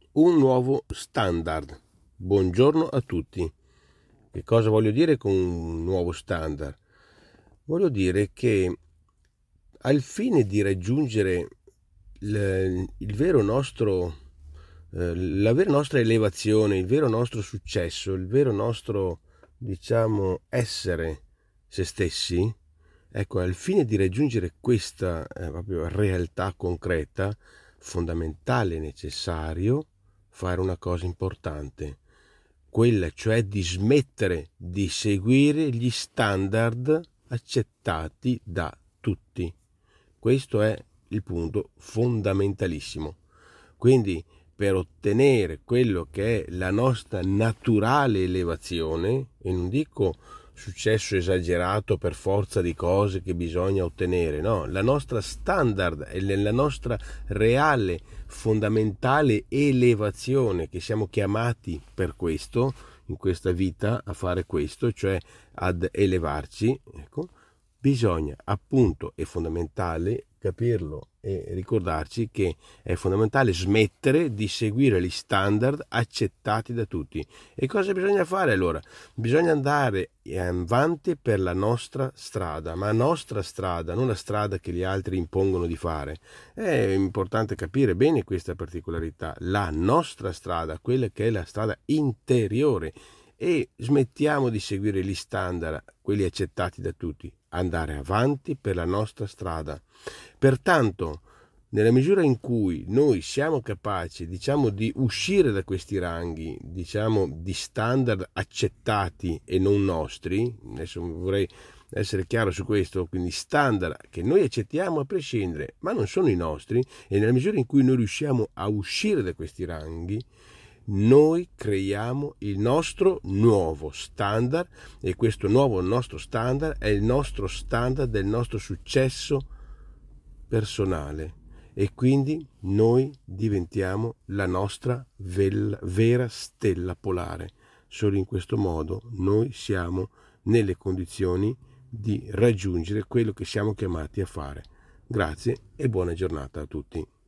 un nuovo standard. Buongiorno a tutti. Che cosa voglio dire con un nuovo standard? Voglio dire che al fine di raggiungere il vero nostro, la vera nostra elevazione, il vero nostro successo, il vero nostro, essere se stessi, ecco, al fine di raggiungere questa proprio realtà concreta, fondamentale e necessario fare una cosa importante, quella cioè di smettere di seguire gli standard accettati da tutti. Questo è il punto fondamentalissimo. Quindi per ottenere quello che è la nostra naturale elevazione, e non dico successo esagerato per forza di cose che bisogna ottenere, no, la nostra standard e la nostra reale fondamentale elevazione, che siamo chiamati per questo in questa vita a fare questo, cioè ad elevarci, ecco, bisogna appunto, è fondamentale capirlo e ricordarci che è fondamentale smettere di seguire gli standard accettati da tutti. E cosa bisogna fare allora? Bisogna andare avanti per la nostra strada, ma nostra strada, non la strada che gli altri impongono di fare. È importante capire bene questa particolarità, la nostra strada, quella che è la strada interiore, e smettiamo di seguire gli standard, quelli accettati da tutti, andare avanti per la nostra strada. Pertanto, nella misura in cui noi siamo capaci, di uscire da questi ranghi, di standard accettati e non nostri, adesso vorrei essere chiaro su questo, quindi standard che noi accettiamo a prescindere, ma non sono i nostri, e nella misura in cui noi riusciamo a uscire da questi ranghi, noi creiamo il nostro nuovo standard, e questo nuovo nostro standard è il nostro standard del nostro successo personale, e quindi noi diventiamo la nostra vera stella polare. Solo in questo modo noi siamo nelle condizioni di raggiungere quello che siamo chiamati a fare. Grazie e buona giornata a tutti.